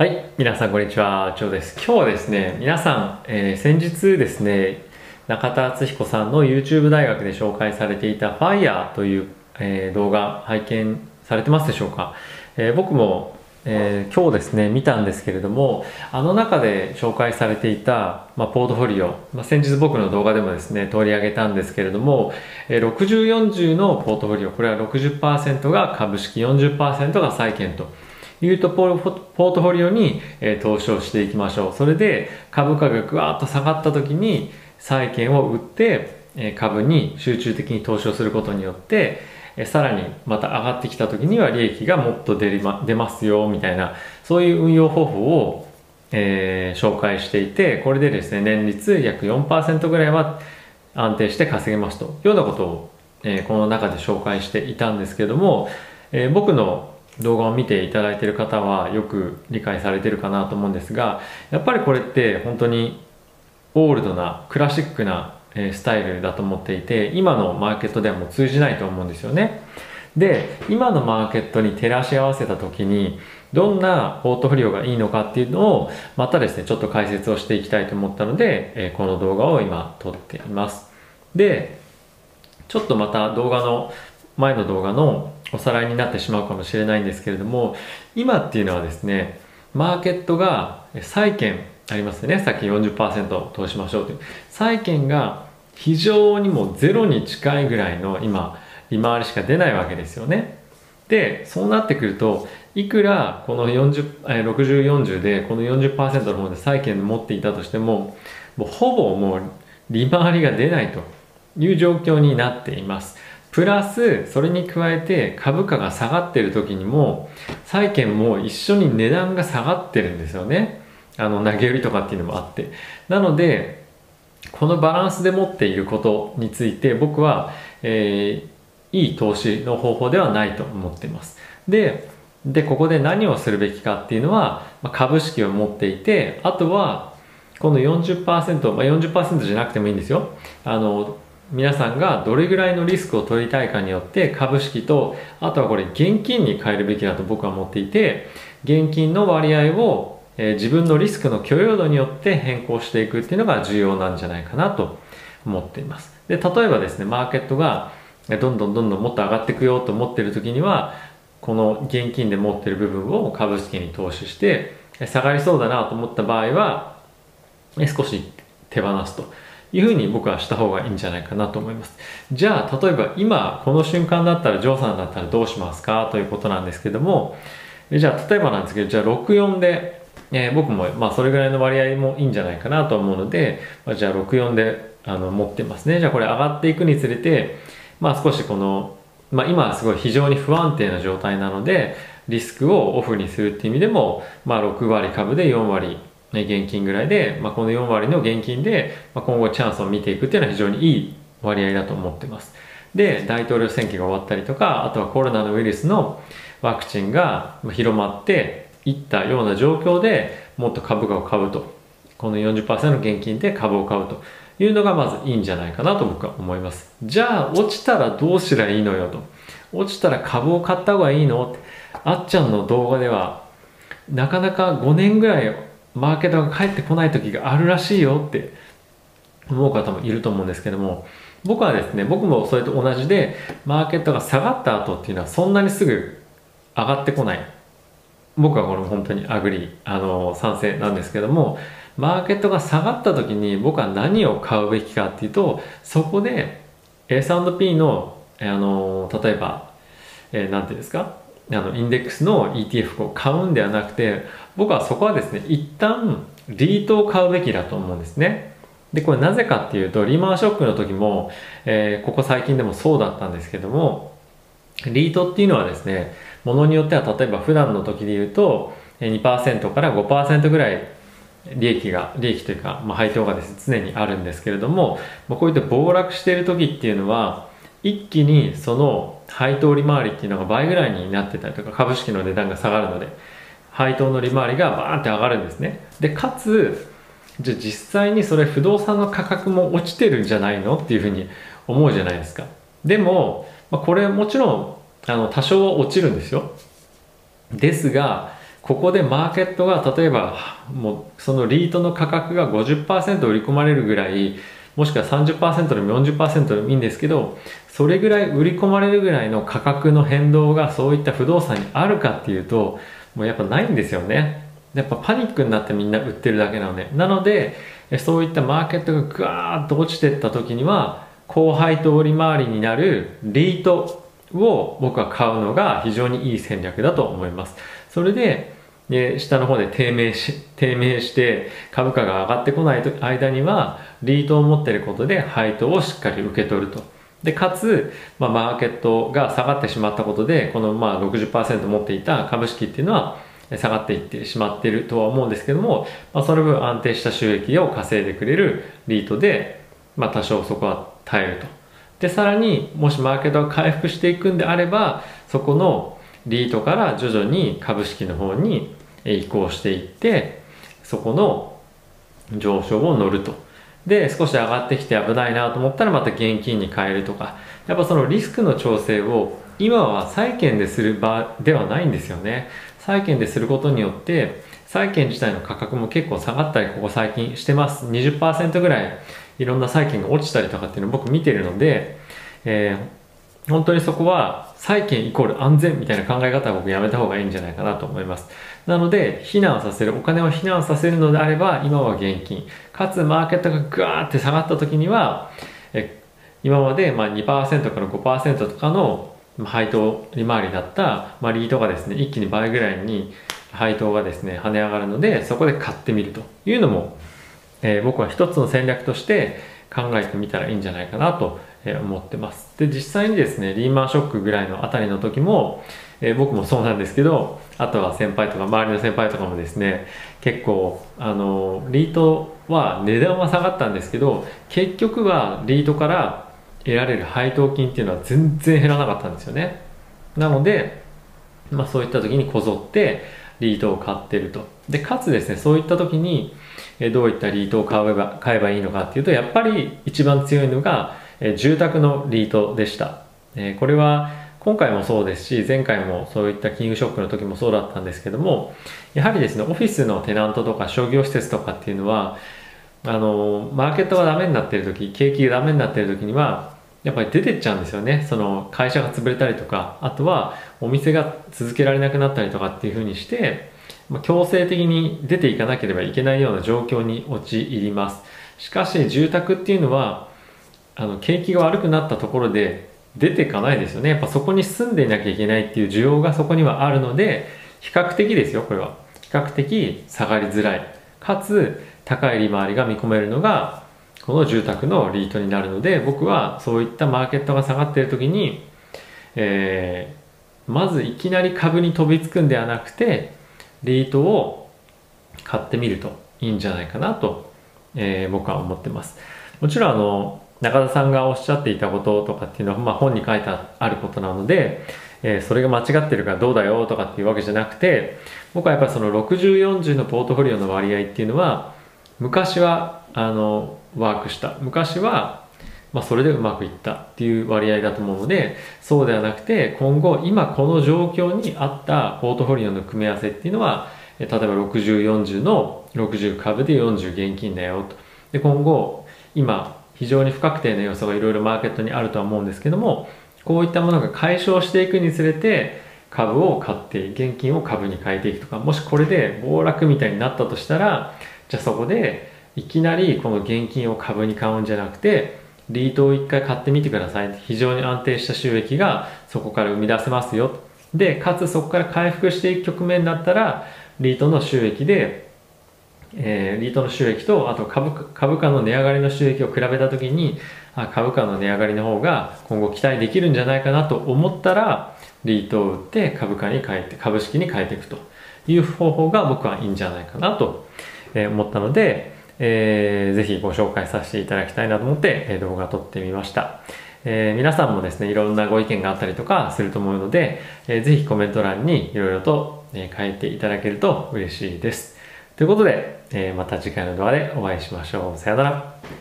はい、皆さんこんにちは、長です。今日はですね、皆さん、先日ですね、中田敦彦さんの YouTube 大学で紹介されていた FIRE という、動画拝見されてますでしょうか。僕も、今日ですね、見たんですけれども、あの中で紹介されていた、ポートフォリオ、先日僕の動画でもですね、取り上げたんですけれども、60、40のポートフォリオ、これは 60% が株式、40% が債券と。いうとポートフォリオに、投資をしていきましょう。それで株価がぐわーっと下がった時に債券を売って、株に集中的に投資をすることによって、さらにまた上がってきた時には利益がもっと出ますよみたいな、そういう運用方法を、紹介していて、これでですね、年率約 4% ぐらいは安定して稼げますというようなことを、この中で紹介していたんですけども、僕の動画を見ていただいている方はよく理解されているかなと思うんですが、やっぱりこれって本当にオールドなクラシックなスタイルだと思っていて、今のマーケットではもう通じないと思うんですよね。で、今のマーケットに照らし合わせた時にどんなポートフォリオがいいのかっていうのをまたですね、ちょっと解説をしていきたいと思ったので、この動画を今撮っています。で、ちょっとまた前の動画のおさらいになってしまうかもしれないんですけれども、今っていうのはですね、マーケットが債券ありますよね。さっき 40% 投資しましょうという債券が非常にもうゼロに近いぐらいの今利回りしか出ないわけですよね。で、そうなってくると、いくらこの60、40でこの 40% の方で債券持っていたとしても、もうほぼもう利回りが出ないという状況になっています。プラスそれに加えて株価が下がっている時にも債券も一緒に値段が下がってるんですよね。投げ売りとかっていうのもあって、なのでこのバランスで持っていることについて僕は、いい投資の方法ではないと思っています。でここで何をするべきかっていうのは、株式を持っていて、あとはこの 40%、40% じゃなくてもいいんですよ。皆さんがどれぐらいのリスクを取りたいかによって株式と、あとはこれ現金に変えるべきだと僕は思っていて、現金の割合を、自分のリスクの許容度によって変更していくっていうのが重要なんじゃないかなと思っています。で、例えばですね、マーケットがどんどんもっと上がっていくよと思っている時には、この現金で持っている部分を株式に投資して下がりそうだなと思った場合は少し手放すというふうに僕はした方がいいんじゃないかなと思います。じゃあ例えば今この瞬間だったらジョーさんだったらどうしますかということなんですけども、じゃあ例えばなんですけど、じゃあ64で、僕もそれぐらいの割合もいいんじゃないかなと思うので、じゃあ64で持ってますね。じゃあこれ上がっていくにつれて、少しこの、今はすごい非常に不安定な状態なのでリスクをオフにするっていう意味でも、6割株で4割現金ぐらいで、この4割の現金で、今後チャンスを見ていくっていうのは非常にいい割合だと思ってます。で、大統領選挙が終わったりとか、あとはコロナのウイルスのワクチンが広まっていったような状況でもっと株価を買うと、この 40% の現金で株を買うというのがまずいいんじゃないかなと僕は思います。じゃあ落ちたらどうすりゃいいのよと。落ちたら株を買った方がいいのって、あっちゃんの動画ではなかなか5年ぐらいマーケットが返ってこない時があるらしいよって思う方もいると思うんですけども、僕はですね、僕もそれと同じで、マーケットが下がった後っていうのはそんなにすぐ上がってこない。僕はこれも本当に賛成なんですけども、マーケットが下がった時に僕は何を買うべきかっていうと、そこで S&P の、例えば、なんていうんですか、インデックスの ETF を買うんではなくて、僕はそこはですね、一旦リートを買うべきだと思うんですね。で、これなぜかっていうと、リーマンショックの時も、ここ最近でもそうだったんですけども、リートっていうのはですね、ものによっては例えば普段の時で言うと 2% から 5% ぐらい利益というか、配当がですね、常にあるんですけれども、こういった暴落している時っていうのは、一気にその配当利回りっていうのが倍ぐらいになってたりとか、株式の値段が下がるので、配当の利回りがバーンって上がるんですね。で、かつ、じゃあ実際にそれ不動産の価格も落ちてるんじゃないのっていうふうに思うじゃないですか。でも、これもちろん多少は落ちるんですよ。ですがここでマーケットが例えばもうそのリートの価格が 50% 売り込まれるぐらい、もしくは 30% でも 40% でもいいんですけど、それぐらい売り込まれるぐらいの価格の変動がそういった不動産にあるかっていうと、もうやっぱないんですよね。やっぱパニックになってみんな売ってるだけなので、なのでそういったマーケットがグワーッと落ちていった時には、高配当利回りになるリートを僕は買うのが非常にいい戦略だと思います。それで下の方で低迷して株価が上がってこない間にはリートを持っていることで配当をしっかり受け取ると。でかつ、マーケットが下がってしまったことでこの60% 持っていた株式っていうのは下がっていってしまっているとは思うんですけども、その分安定した収益を稼いでくれるリートで、多少そこは耐えると。でさらにもしマーケットが回復していくんであれば、そこのリートから徐々に株式の方に移行していって、そこの上昇を乗ると。で少し上がってきて危ないなと思ったらまた現金に変えるとか、やっぱそのリスクの調整を今は債券でする場ではないんですよね。債券ですることによって債券自体の価格も結構下がったりここ最近してます。 20% ぐらいいろんな債券が落ちたりとかっていうのを僕見てるので、本当にそこは債券イコール安全みたいな考え方は僕やめた方がいいんじゃないかなと思います。なのでお金を避難させるのであれば今は現金、かつマーケットがグワーって下がった時には今まで2% から 5% とかの配当利回りだったリートがですね一気に倍ぐらいに配当がですね跳ね上がるので、そこで買ってみるというのも、僕は一つの戦略として考えてみたらいいんじゃないかなと思ってます。で実際にですねリーマンショックぐらいのあたりの時も、僕もそうなんですけど、あとは先輩とか周りの先輩とかもですね結構リートは値段は下がったんですけど、結局はリートから得られる配当金っていうのは全然減らなかったんですよね。なので、そういった時にこぞってリートを買ってると。でかつですねそういった時にどういったリートを買えばいいのかっていうと、やっぱり一番強いのが住宅のリートでした。これは今回もそうですし、前回もそういった金融ショックの時もそうだったんですけども、やはりですねオフィスのテナントとか商業施設とかっていうのはマーケットがダメになっている時、景気がダメになっている時にはやっぱり出てっちゃうんですよね。その会社が潰れたりとか、あとはお店が続けられなくなったりとかっていうふうにして、強制的に出ていかなければいけないような状況に陥ります。しかし住宅っていうのは景気が悪くなったところで出ていかないですよね。やっぱそこに住んでいなきゃいけないっていう需要がそこにはあるので、比較的ですよ、これは比較的下がりづらい、かつ高い利回りが見込めるのがこの住宅のリートになるので、僕はそういったマーケットが下がっている時に、まずいきなり株に飛びつくんではなくてリートを買ってみるといいんじゃないかなと、僕は思ってます。もちろん中田さんがおっしゃっていたこととかっていうのは、本に書いてあることなので、それが間違ってるからどうだよとかっていうわけじゃなくて、僕はやっぱりその6040のポートフォリオの割合っていうのは昔はワークした、昔はそれでうまくいったっていう割合だと思うので、そうではなくて今後今この状況に合ったポートフォリオの組み合わせっていうのは、例えば6040の60株で40現金だよと。で今後今非常に不確定な要素がいろいろマーケットにあるとは思うんですけども、こういったものが解消していくにつれて株を買って現金を株に変えていくとか、もしこれで暴落みたいになったとしたら、じゃあそこでいきなりこの現金を株に買うんじゃなくてリートを一回買ってみてください。非常に安定した収益がそこから生み出せますよ。でかつそこから回復していく局面になったらリートの収益で、リートの収益とあと株価の値上がりの収益を比べた時に、株価の値上がりの方が今後期待できるんじゃないかなと思ったらリートを売って株式に変えていくという方法が僕はいいんじゃないかなと思ったので、ぜひご紹介させていただきたいなと思って、動画を撮ってみました。皆さんもですねいろんなご意見があったりとかすると思うので、ぜひコメント欄にいろいろと書いていただけると嬉しいです。ということで、また次回の動画でお会いしましょう。さよなら。